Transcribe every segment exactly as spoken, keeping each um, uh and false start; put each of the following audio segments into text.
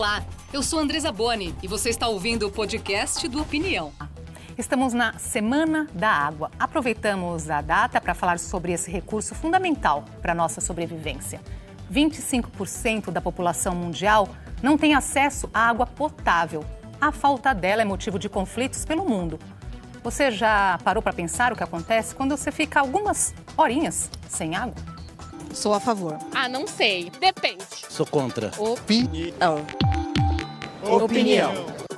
Olá, eu sou Andresa Boni e você está ouvindo o podcast do Opinião. Estamos na Semana da Água. Aproveitamos a data para falar sobre esse recurso fundamental para a nossa sobrevivência. vinte e cinco por cento da população mundial não tem acesso à água potável. A falta dela é motivo de conflitos pelo mundo. Você já parou para pensar o que acontece quando você fica algumas horinhas sem água? Sou a favor. Ah, não sei. Depende. Sou contra. Opinião. Opinião.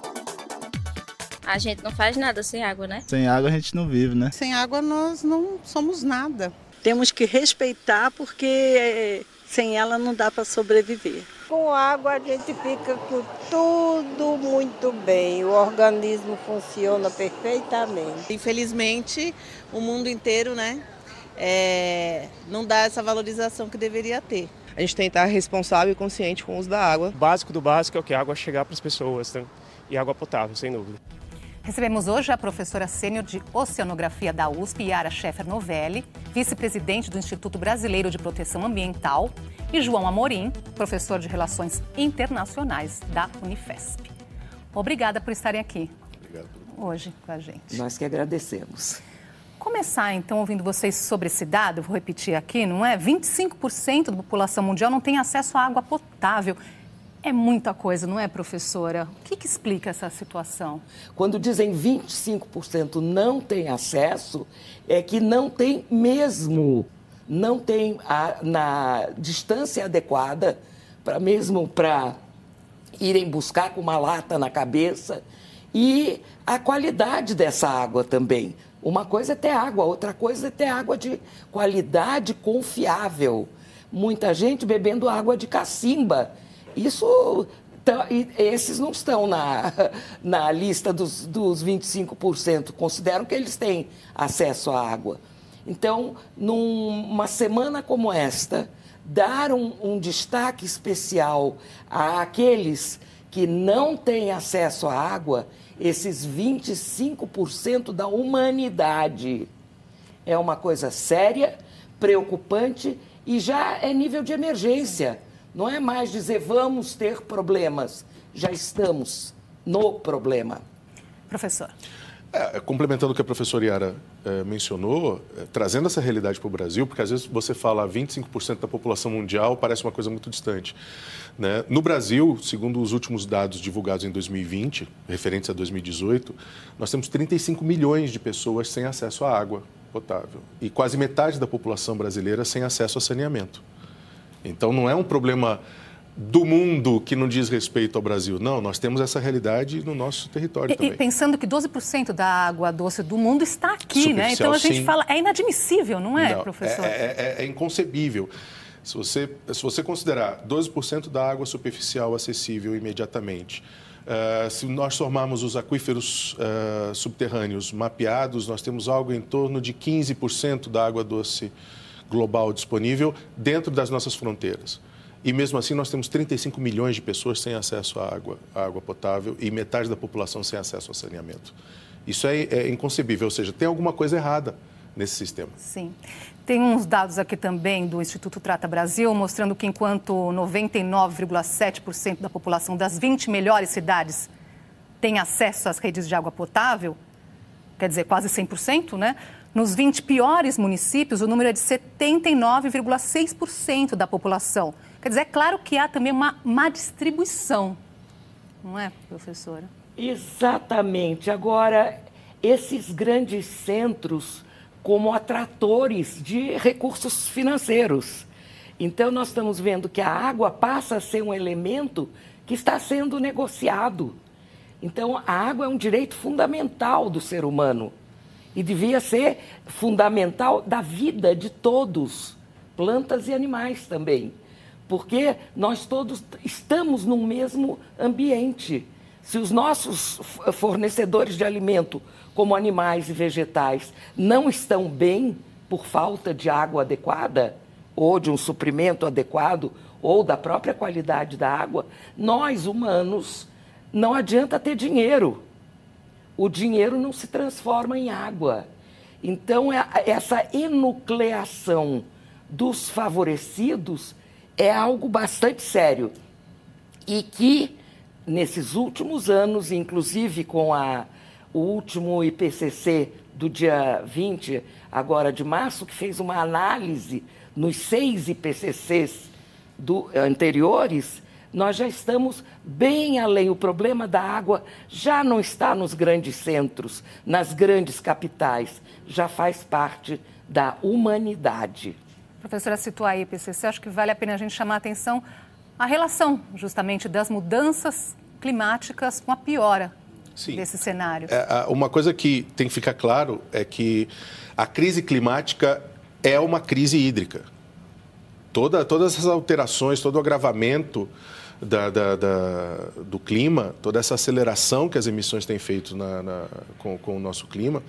A gente não faz nada sem água, né? Sem água a gente não vive, né? Sem água nós não somos nada. Temos que respeitar porque sem ela não dá para sobreviver. Com água a gente fica com tudo muito bem, o organismo funciona perfeitamente. Infelizmente, o mundo inteiro, né, é, não dá essa valorização que deveria ter. A gente tem que estar responsável e consciente com o uso da água. O básico do básico é o que a água chegar para as pessoas, né? E água potável, sem dúvida. Recebemos hoje a professora sênior de Oceanografia da U S P, Yara Scheffer Novelli, vice-presidente do Instituto Brasileiro de Proteção Ambiental, e João Amorim, professor de Relações Internacionais da Unifesp. Obrigada por estarem aqui Obrigado. hoje com a gente. Nós que agradecemos. Começar, então, ouvindo vocês sobre esse dado, vou repetir aqui, não é? vinte e cinco por cento da população mundial não tem acesso à água potável. É muita coisa, não é, professora? O que, que explica essa situação? Quando dizem vinte e cinco por cento não tem acesso, é que não tem mesmo, não tem a, na distância adequada, pra, mesmo para irem buscar com uma lata na cabeça, e a qualidade dessa água também. Uma coisa é ter água, outra coisa é ter água de qualidade confiável. Muita gente bebendo água de cacimba. Isso, esses não estão na, na lista dos, dos vinte e cinco por cento, consideram que eles têm acesso à água. Então, numa semana como esta, dar um, um destaque especial àqueles que não têm acesso à água, esses vinte e cinco por cento da humanidade, é uma coisa séria, preocupante e já é nível de emergência. Não é mais dizer vamos ter problemas, já estamos no problema. Professor. É, complementando o que a professora Yara é, mencionou, é, trazendo essa realidade para o Brasil, porque às vezes você fala vinte e cinco por cento da população mundial, parece uma coisa muito distante, né? No Brasil, segundo os últimos dados divulgados em dois mil e vinte, referentes a dois mil e dezoito, nós temos trinta e cinco milhões de pessoas sem acesso à água potável e quase metade da população brasileira sem acesso a saneamento. Então, não é um problema do mundo que não diz respeito ao Brasil. Não, nós temos essa realidade no nosso território e, também. E pensando que doze por cento da água doce do mundo está aqui, né? Então, a gente sim. fala, é inadmissível, não é, não, professor? É, é, é inconcebível. Se você, se você considerar doze por cento da água superficial acessível imediatamente, uh, se nós somarmos os aquíferos uh, subterrâneos mapeados, nós temos algo em torno de quinze por cento da água doce global disponível dentro das nossas fronteiras. E mesmo assim nós temos trinta e cinco milhões de pessoas sem acesso à água, à água potável e metade da população sem acesso ao saneamento. Isso é, é inconcebível, ou seja, tem alguma coisa errada nesse sistema. Sim. Tem uns dados aqui também do Instituto Trata Brasil mostrando que enquanto noventa e nove vírgula sete por cento da população das vinte melhores cidades tem acesso às redes de água potável, quer dizer, quase cem por cento, né? Nos vinte piores municípios, o número é de setenta e nove vírgula seis por cento da população. Quer dizer, é claro que há também uma má distribuição, não é, professora? Exatamente. Agora, esses grandes centros como atratores de recursos financeiros. Então, nós estamos vendo que a água passa a ser um elemento que está sendo negociado. Então, a água é um direito fundamental do ser humano. E devia ser fundamental da vida de todos, plantas e animais também. Porque nós todos estamos no mesmo ambiente. Se os nossos fornecedores de alimento, como animais e vegetais, não estão bem por falta de água adequada, ou de um suprimento adequado, ou da própria qualidade da água, nós, humanos, não adianta ter dinheiro. O dinheiro não se transforma em água. Então, essa enucleação dos favorecidos é algo bastante sério e que nesses últimos anos, inclusive com a, o último I P C C do dia vinte, agora de março, que fez uma análise nos seis I P C Cs do, anteriores, nós já estamos bem além. O problema da água já não está nos grandes centros, nas grandes capitais, já faz parte da humanidade. Professora, citou a I P C C, acho que vale a pena a gente chamar a atenção a relação, justamente, das mudanças climáticas com a piora Sim. desse cenário. É, uma coisa que tem que ficar claro é que a crise climática é uma crise hídrica. Toda, todas essas alterações, todo o agravamento da, da, da, do clima, toda essa aceleração que as emissões têm feito na, na, com, com o nosso clima,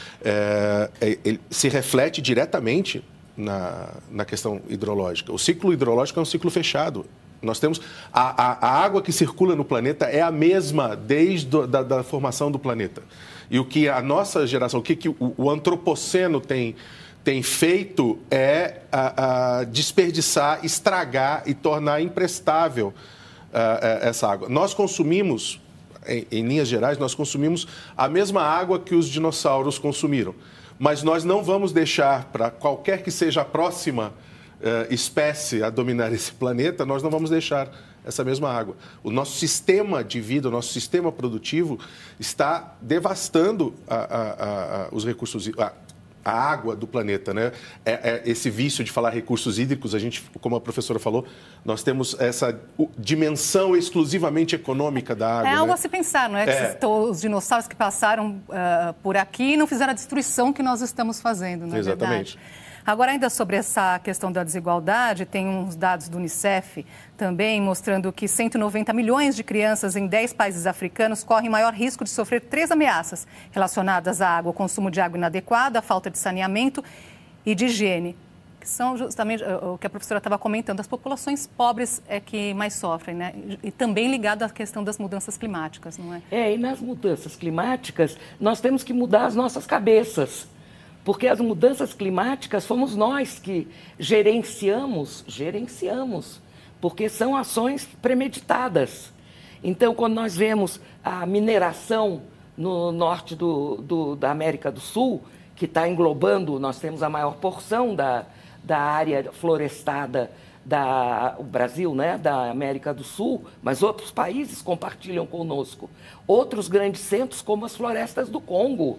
é, é, ele se reflete diretamente na, na questão hidrológica. O ciclo hidrológico é um ciclo fechado. Nós temos a, a, a água que circula no planeta é a mesma desde do, da, da formação do planeta. E o que a nossa geração, o que, que o, o antropoceno tem, tem feito é a, a desperdiçar, estragar e tornar imprestável a, a, essa água. Nós consumimos, em, em linhas gerais, nós consumimos a mesma água que os dinossauros consumiram. Mas nós não vamos deixar para qualquer que seja a próxima Uh, espécie a dominar esse planeta, nós não vamos deixar essa mesma água. O nosso sistema de vida, o nosso sistema produtivo está devastando a, a, a, os recursos, a, a água do planeta, né? É, é esse vício de falar recursos hídricos, a gente, como a professora falou, nós temos essa dimensão exclusivamente econômica da água. É algo né? a se pensar, não é? é. Os dinossauros que passaram uh, por aqui não fizeram a destruição que nós estamos fazendo, não é Exatamente. verdade? Agora, ainda sobre essa questão da desigualdade, tem uns dados do Unicef também mostrando que cento e noventa milhões de crianças em dez países africanos correm maior risco de sofrer três ameaças relacionadas à água, ao consumo de água inadequada, à falta de saneamento e de higiene, que são justamente o que a professora estava comentando. As populações pobres é que mais sofrem, né? E também ligado à questão das mudanças climáticas, não é? É, e nas mudanças climáticas, nós temos que mudar as nossas cabeças. Porque as mudanças climáticas fomos nós que gerenciamos, gerenciamos, porque são ações premeditadas. Então, quando nós vemos a mineração no norte do, do, da América do Sul, que está englobando, nós temos a maior porção da, da área florestada da o Brasil, né, da América do Sul, mas outros países compartilham conosco. Outros grandes centros, como as florestas do Congo.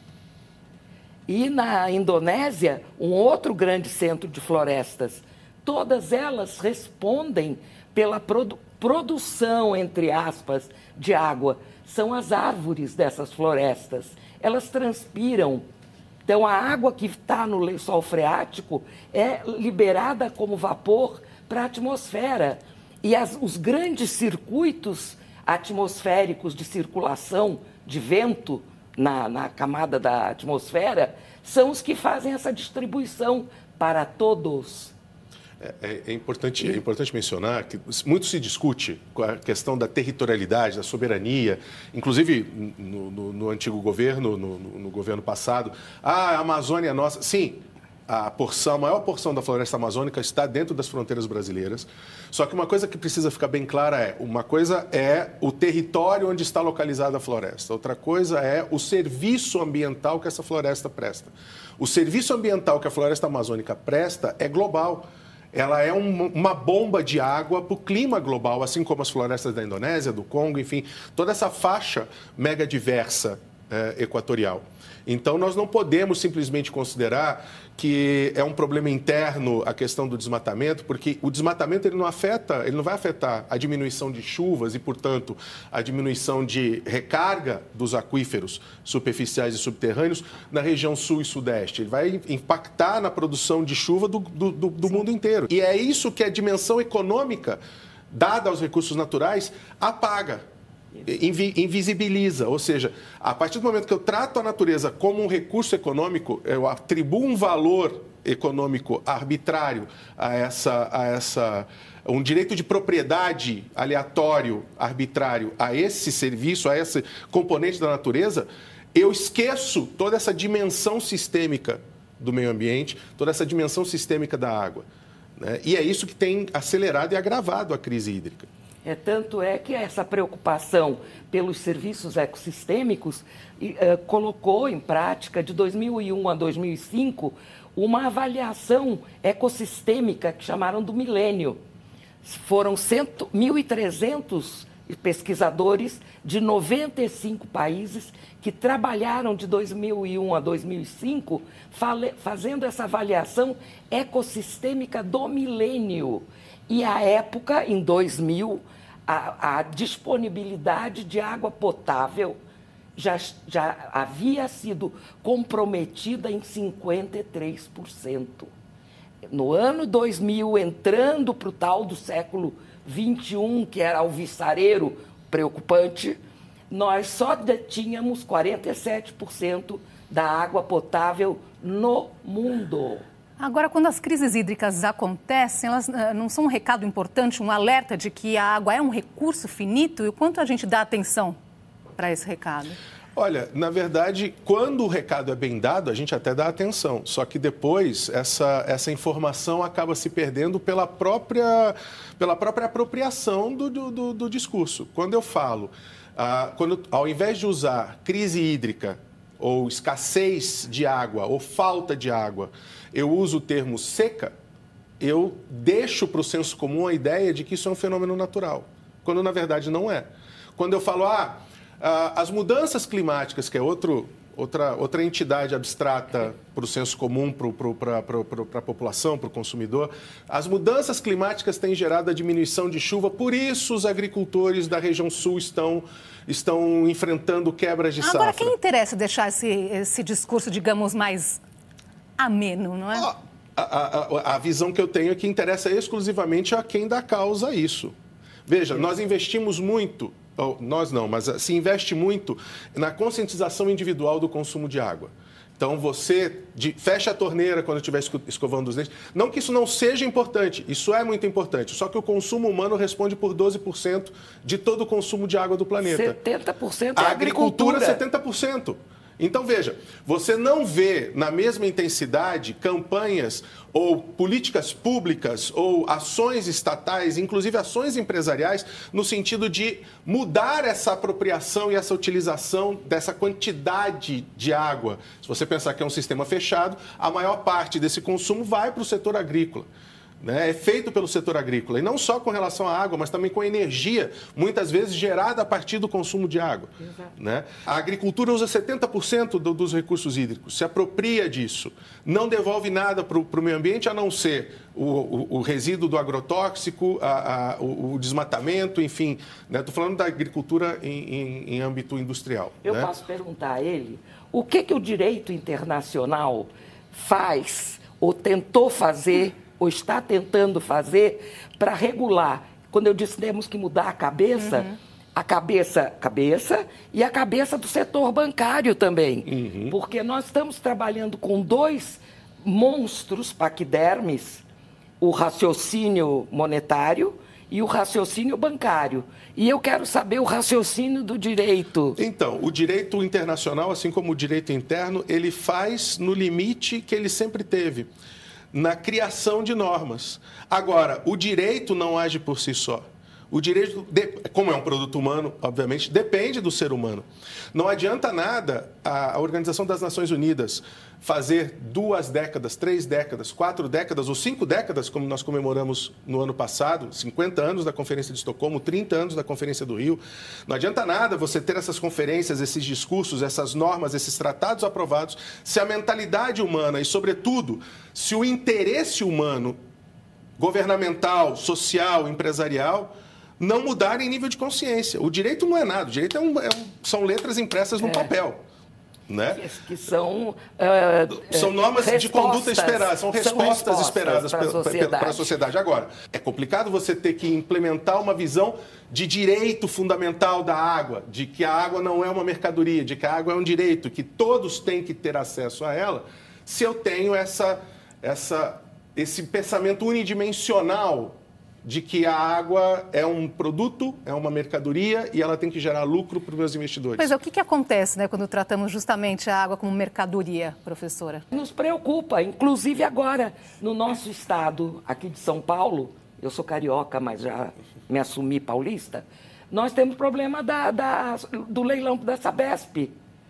E na Indonésia, um outro grande centro de florestas. Todas elas respondem pela produ- produção, entre aspas, de água. São as árvores dessas florestas. Elas transpiram. Então, a água que está no lençol freático é liberada como vapor para a atmosfera. E as, os grandes circuitos atmosféricos de circulação de vento Na, na camada da atmosfera, são os que fazem essa distribuição para todos. É, é, é, importante, é importante mencionar que muito se discute com a questão da territorialidade, da soberania, inclusive no, no, no antigo governo, no, no, no governo passado. Ah, a Amazônia é nossa. Sim, a porção, a maior porção da floresta amazônica está dentro das fronteiras brasileiras. Só que uma coisa que precisa ficar bem clara é, uma coisa é o território onde está localizada a floresta, outra coisa é o serviço ambiental que essa floresta presta. O serviço ambiental que a floresta amazônica presta é global. Ela é um, uma bomba de água para o clima global, assim como as florestas da Indonésia, do Congo, enfim, toda essa faixa mega diversa é, equatorial. Então, nós não podemos simplesmente considerar que é um problema interno a questão do desmatamento, porque o desmatamento ele não afeta, ele não vai afetar a diminuição de chuvas e, portanto, a diminuição de recarga dos aquíferos superficiais e subterrâneos na região sul e sudeste. Ele vai impactar na produção de chuva do, do, do, do mundo inteiro. E é isso que a dimensão econômica, dada aos recursos naturais, apaga. Invisibiliza, ou seja, a partir do momento que eu trato a natureza como um recurso econômico, eu atribuo um valor econômico arbitrário a essa, a essa, um direito de propriedade aleatório, arbitrário a esse serviço, a esse componente da natureza, eu esqueço toda essa dimensão sistêmica do meio ambiente, toda essa dimensão sistêmica da água, né? E é isso que tem acelerado e agravado a crise hídrica. É, tanto é que essa preocupação pelos serviços ecossistêmicos eh, colocou em prática, de dois mil e um a dois mil e cinco, uma avaliação ecossistêmica que chamaram do milênio. Foram mil e trezentos pesquisadores de noventa e cinco países que trabalharam de dois mil e um a dois mil e cinco fazendo essa avaliação ecossistêmica do milênio. E, à época, em dois mil, a, a disponibilidade de água potável já, já havia sido comprometida em cinquenta e três por cento. No ano dois mil, entrando para o tal do século vinte e um, que era alvissareiro preocupante, nós só tínhamos quarenta e sete por cento da água potável no mundo. Agora, quando as crises hídricas acontecem, elas não são um recado importante, um alerta de que a água é um recurso finito? E o quanto a gente dá atenção para esse recado? Olha, na verdade, quando o recado é bem dado, a gente até dá atenção. Só que depois, essa, essa informação acaba se perdendo pela própria, pela própria apropriação do, do, do discurso. Quando eu falo, ah, quando, ao invés de usar crise hídrica, ou escassez de água, ou falta de água, eu uso o termo seca, eu deixo para o senso comum a ideia de que isso é um fenômeno natural, quando na verdade não é. Quando eu falo, ah, as mudanças climáticas, que é outro, outra, outra entidade abstrata para o senso comum, para a população, para o consumidor, as mudanças climáticas têm gerado a diminuição de chuva, por isso os agricultores da região sul estão, estão enfrentando quebras de safra. Agora, quem interessa deixar esse, esse discurso, digamos, mais ameno, não é? A, a, a, a visão que eu tenho é que interessa exclusivamente a quem dá causa a isso. Veja, nós investimos muito, ou nós não, mas se investe muito na conscientização individual do consumo de água. Então, você de, fecha a torneira quando estiver escovando os dentes. Não que isso não seja importante, isso é muito importante. Só que o consumo humano responde por doze por cento de todo o consumo de água do planeta. setenta por cento é a agricultura. agricultura, setenta por cento. Então, veja, você não vê na mesma intensidade campanhas ou políticas públicas ou ações estatais, inclusive ações empresariais, no sentido de mudar essa apropriação e essa utilização dessa quantidade de água. Se você pensar que é um sistema fechado, a maior parte desse consumo vai para o setor agrícola. Né, é feito pelo setor agrícola, e não só com relação à água, mas também com a energia, muitas vezes gerada a partir do consumo de água. Né? A agricultura usa setenta por cento do, dos recursos hídricos, se apropria disso, não devolve nada para o meio ambiente, a não ser o, o, o resíduo do agrotóxico, a, a, o, o desmatamento, enfim. Estou né? falando da agricultura em, em, em âmbito industrial. Eu né? posso perguntar a ele o que, que o direito internacional faz ou tentou fazer ou está tentando fazer para regular. Quando eu disse temos que mudar a cabeça, uhum. a cabeça, cabeça e a cabeça do setor bancário também. Uhum. Porque nós estamos trabalhando com dois monstros paquidermes, o raciocínio monetário e o raciocínio bancário. E eu quero saber o raciocínio do direito. Então, o direito internacional, assim como o direito interno, ele faz no limite que ele sempre teve, na criação de normas. Agora, o direito não age por si só. O direito, como é um produto humano, obviamente, depende do ser humano. Não adianta nada a Organização das Nações Unidas fazer duas décadas, três décadas, quatro décadas ou cinco décadas, como nós comemoramos no ano passado, cinquenta anos da Conferência de Estocolmo, trinta anos da Conferência do Rio. Não adianta nada você ter essas conferências, esses discursos, essas normas, esses tratados aprovados, se a mentalidade humana e, sobretudo, se o interesse humano, governamental, social, empresarial, não mudar em nível de consciência. O direito não é nada, o direito é um, é um, são letras impressas no é. papel. Né? Que, que são... Uh, são normas de conduta esperadas, são respostas, são respostas esperadas para a sociedade. sociedade. Agora, é complicado você ter que implementar uma visão de direito fundamental da água, de que a água não é uma mercadoria, de que a água é um direito, que todos têm que ter acesso a ela, se eu tenho essa, essa, esse pensamento unidimensional de que a água é um produto, é uma mercadoria e ela tem que gerar lucro para os meus investidores. Pois é, o que, que acontece, né, quando tratamos justamente a água como mercadoria, professora? Nos preocupa, inclusive agora, no nosso estado aqui de São Paulo, eu sou carioca, mas já me assumi paulista, nós temos problema da, da, do leilão da Sabesp.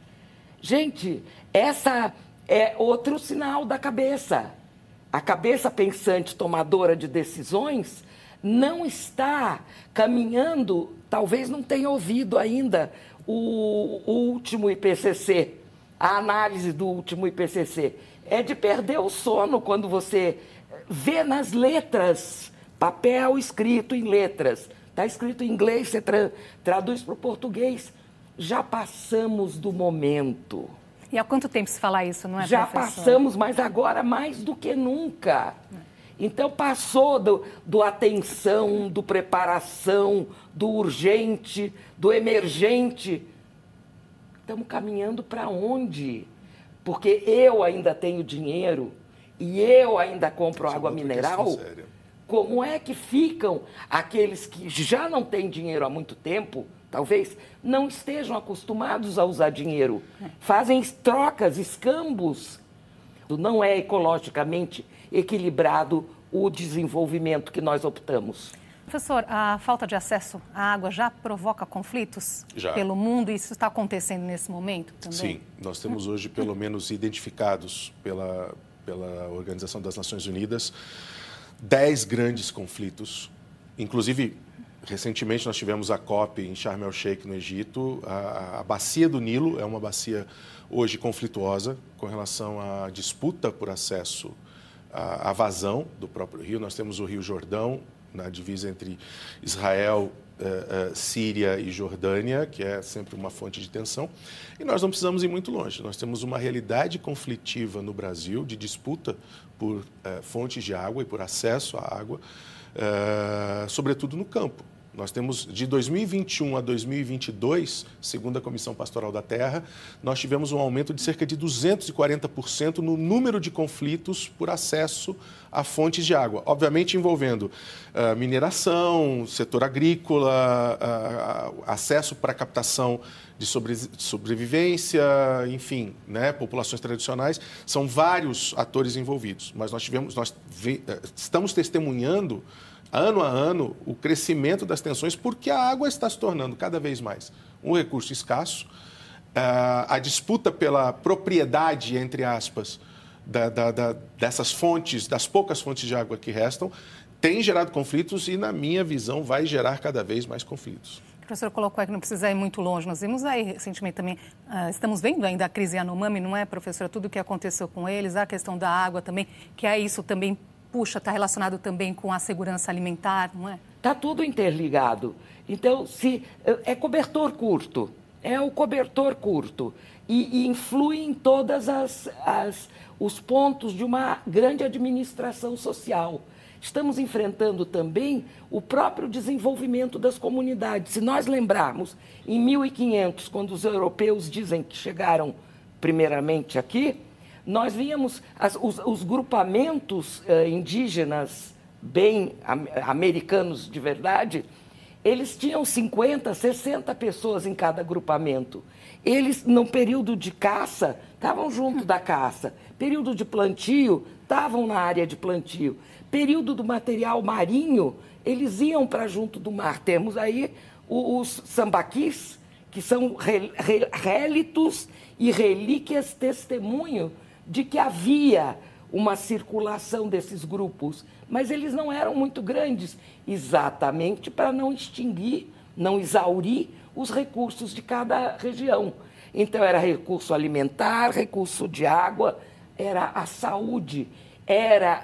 Gente, essa é outro sinal da cabeça. A cabeça pensante, tomadora de decisões, não está caminhando, talvez não tenha ouvido ainda o, o último I P C C, a análise do último I P C C. É de perder o sono quando você vê nas letras, papel escrito em letras. Está escrito em inglês, você tra traduz para o português. Já passamos do momento. E há quanto tempo se fala isso, não é, Já professor? passamos, mas agora mais do que nunca. Então passou do, do atenção, do preparação, do urgente, do emergente. Estamos caminhando para onde? Porque eu ainda tenho dinheiro e eu ainda compro água mineral. Como é que ficam aqueles que já não têm dinheiro há muito tempo, talvez não estejam acostumados a usar dinheiro, fazem trocas, escambos? Não é ecologicamente equilibrado o desenvolvimento que nós optamos. Professor, a falta de acesso à água já provoca conflitos já. pelo mundo e isso está acontecendo nesse momento também? Sim, nós temos hoje pelo menos identificados pela, pela Organização das Nações Unidas dez grandes conflitos, inclusive recentemente nós tivemos a COP em Sharm el-Sheikh, no Egito. A, a bacia do Nilo é uma bacia hoje conflituosa com relação à disputa por acesso à, à vazão do próprio rio. Nós temos o Rio Jordão, na divisa entre Israel, eh, eh, Síria e Jordânia, que é sempre uma fonte de tensão. E nós não precisamos ir muito longe. Nós temos uma realidade conflitiva no Brasil de disputa por eh, fontes de água e por acesso à água, eh, sobretudo no campo. Nós temos, de dois mil e vinte e um a dois mil e vinte e dois, segundo a Comissão Pastoral da Terra, nós tivemos um aumento de cerca de duzentos e quarenta por cento no número de conflitos por acesso a fontes de água. Obviamente envolvendo uh, mineração, setor agrícola, uh, acesso para captação de sobre, sobrevivência, enfim, né, populações tradicionais. São vários atores envolvidos, mas nós, tivemos, nós ve, uh, estamos testemunhando ano a ano, o crescimento das tensões, porque a água está se tornando cada vez mais um recurso escasso. A disputa pela propriedade, entre aspas, da, da, da, dessas fontes, das poucas fontes de água que restam, tem gerado conflitos e, na minha visão, vai gerar cada vez mais conflitos. O professor colocou aí que não precisa ir muito longe. Nós vimos aí recentemente também, uh, estamos vendo ainda a crise Yanomami, não é, professora? Tudo o que aconteceu com eles, a questão da água também, que é isso também. Puxa, está relacionado também com a segurança alimentar, não é? Está tudo interligado. Então, se é cobertor curto, é o cobertor curto e, e influi em todas as, as os pontos de uma grande administração social. Estamos enfrentando também o próprio desenvolvimento das comunidades. Se nós lembrarmos, em mil e quinhentos, quando os europeus dizem que chegaram primeiramente aqui, nós víamos as, os, os grupamentos uh, indígenas, bem am, americanos de verdade, eles tinham cinquenta, sessenta pessoas em cada grupamento. Eles, no período de caça, estavam junto da caça. Período de plantio, estavam na área de plantio. Período do material marinho, eles iam para junto do mar. Temos aí os, os sambaquis, que são re, re, rélitos e relíquias testemunho de que havia uma circulação desses grupos, mas eles não eram muito grandes, exatamente para não extinguir, não exaurir os recursos de cada região. Então, era recurso alimentar, recurso de água, era a saúde, era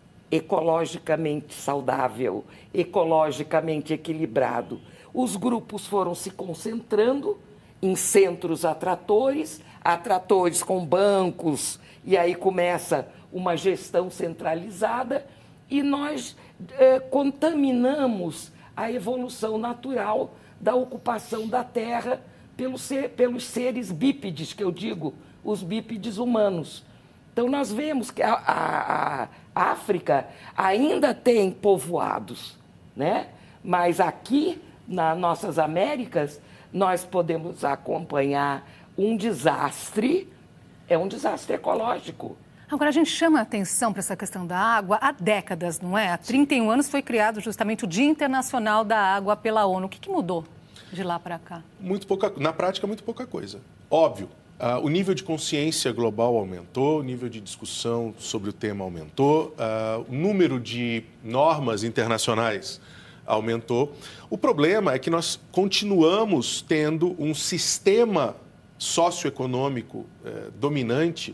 ecologicamente saudável, ecologicamente equilibrado. Os grupos foram se concentrando em centros atratores, atratores com bancos, e aí começa uma gestão centralizada, e nós eh, contaminamos a evolução natural da ocupação da terra pelos, ser, pelos seres bípedes, que eu digo, os bípedes humanos. Então, nós vemos que a, a, a África ainda tem povoados, né? Mas aqui, nas nossas Américas, nós podemos acompanhar um desastre, é um desastre ecológico. Agora, a gente chama a atenção para essa questão da água há décadas, não é? Há trinta e um anos foi criado justamente o Dia Internacional da Água pela ONU. O que, que mudou de lá para cá? Muito pouca, na prática, muito pouca coisa. Óbvio, uh, o nível de consciência global aumentou, o nível de discussão sobre o tema aumentou, uh, o número de normas internacionais aumentou. O problema é que nós continuamos tendo um sistema socioeconômico eh, dominante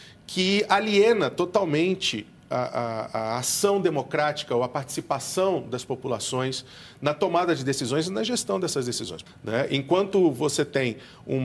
que aliena totalmente a, a, a ação democrática ou a participação das populações na tomada de decisões e na gestão dessas decisões, né? Enquanto você tem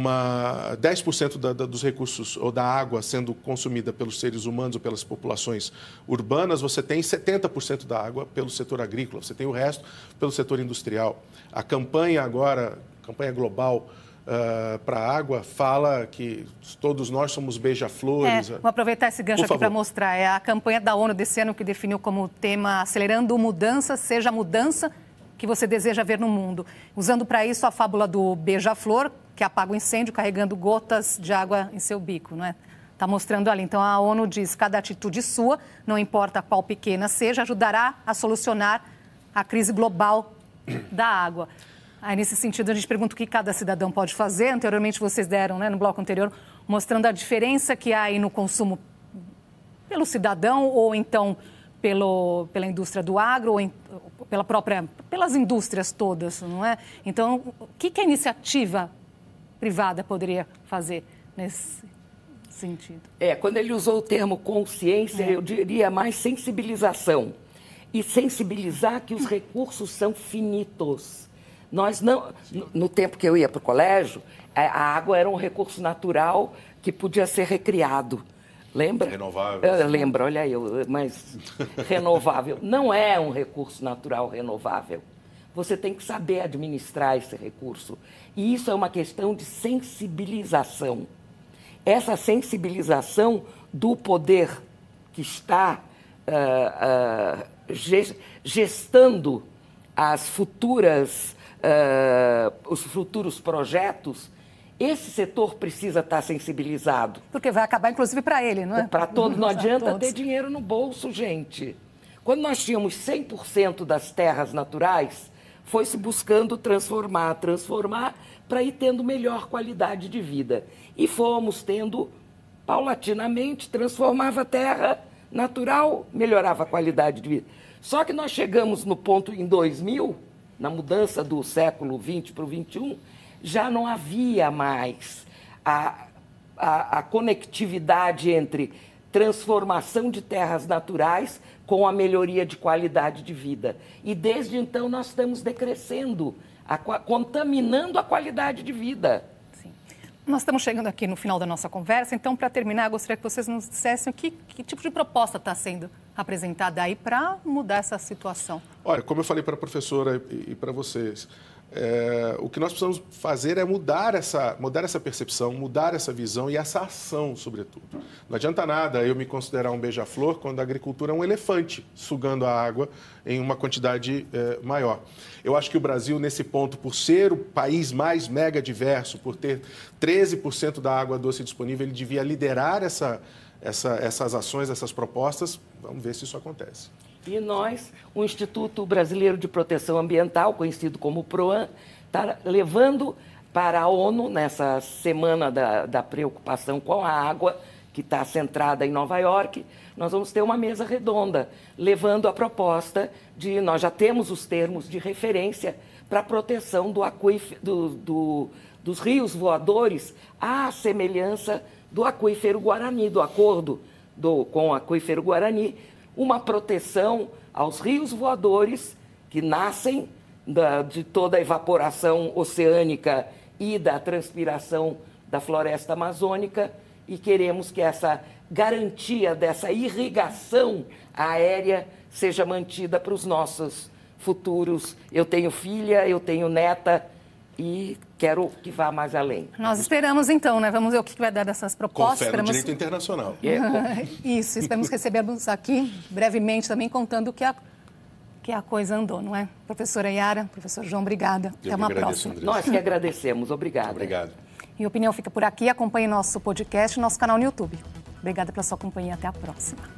uma dez por cento da, da, dos recursos ou da água sendo consumida pelos seres humanos ou pelas populações urbanas, você tem setenta por cento da água pelo setor agrícola, você tem o resto pelo setor industrial. A campanha agora, campanha global, Uh, para a água, fala que todos nós somos beija-flores. É, vou aproveitar esse gancho aqui para mostrar. É a campanha da ONU desse ano que definiu como tema Acelerando Mudança, seja a mudança que você deseja ver no mundo. Usando para isso a fábula do beija-flor, que apaga o incêndio carregando gotas de água em seu bico, não é? Está mostrando ali. Então, a ONU diz que cada atitude sua, não importa qual pequena seja, ajudará a solucionar a crise global da água. Aí, nesse sentido, a gente pergunta o que cada cidadão pode fazer. Anteriormente, vocês deram, né, no bloco anterior, mostrando a diferença que há aí no consumo pelo cidadão ou então pelo, pela indústria do agro ou em, pela própria, pelas indústrias todas, não é? Então, o que, que a iniciativa privada poderia fazer nesse sentido? É, quando ele usou o termo consciência, é. eu diria mais sensibilização. E sensibilizar que os recursos são finitos. Nós não, no tempo que eu ia para o colégio, a água era um recurso natural que podia ser recriado. Lembra? Renovável. Eu lembro, olha eu, mas renovável. Não é um recurso natural renovável. Você tem que saber administrar esse recurso. E isso é uma questão de sensibilização. Essa sensibilização do poder que está uh, uh, gestando as futuras... Uh, os futuros projetos, esse setor precisa estar sensibilizado. Porque vai acabar, inclusive, para ele, não é? Para todos. Não adianta ter dinheiro no bolso, gente. Quando nós tínhamos cem por cento das terras naturais, foi-se buscando transformar, transformar, para ir tendo melhor qualidade de vida. E fomos tendo, paulatinamente, transformava a terra natural, melhorava a qualidade de vida. Só que nós chegamos no ponto em dois mil... na mudança do século vinte para o vinte e um, já não havia mais a, a, a conectividade entre transformação de terras naturais com a melhoria de qualidade de vida. E desde então nós estamos decrescendo, a, contaminando a qualidade de vida. Sim. Nós estamos chegando aqui no final da nossa conversa, então, para terminar, gostaria que vocês nos dissessem que, que tipo de proposta está sendo apresentada aí para mudar essa situação. Olha, como eu falei para a professora e, e para vocês, é, o que nós precisamos fazer é mudar essa, mudar essa percepção, mudar essa visão e essa ação, sobretudo. Não adianta nada eu me considerar um beija-flor quando a agricultura é um elefante sugando a água em uma quantidade é, maior. Eu acho que o Brasil, nesse ponto, por ser o país mais mega diverso, por ter treze por cento da água doce disponível, ele devia liderar essa, essa, essas ações, essas propostas. Vamos ver se isso acontece. E nós, o Instituto Brasileiro de Proteção Ambiental, conhecido como PROAM, está levando para a ONU, nessa semana da, da preocupação com a água, que está centrada em Nova York, nós vamos ter uma mesa redonda, levando a proposta de... Nós já temos os termos de referência para a proteção do aquífero, do, do, dos rios voadores, à semelhança do aquífero Guarani, do acordo do, com o aquífero Guarani, uma proteção aos rios voadores que nascem da, de toda a evaporação oceânica e da transpiração da floresta amazônica, e queremos que essa garantia dessa irrigação aérea seja mantida para os nossos futuros. Eu tenho filha, eu tenho neta e quero que vá mais além. Nós esperamos então, né? Vamos ver o que vai dar dessas propostas. Com fé no esperamos... direito internacional. Isso, esperamos recebermos aqui brevemente também contando que a, que a coisa andou, não é? Professora Yara, professor João, obrigada. Eu Até uma agradeço, próxima. Andressa. Nós que agradecemos. Obrigada. Obrigado. E a Opinião fica por aqui. Acompanhe nosso podcast e nosso canal no YouTube. Obrigada pela sua companhia. Até a próxima.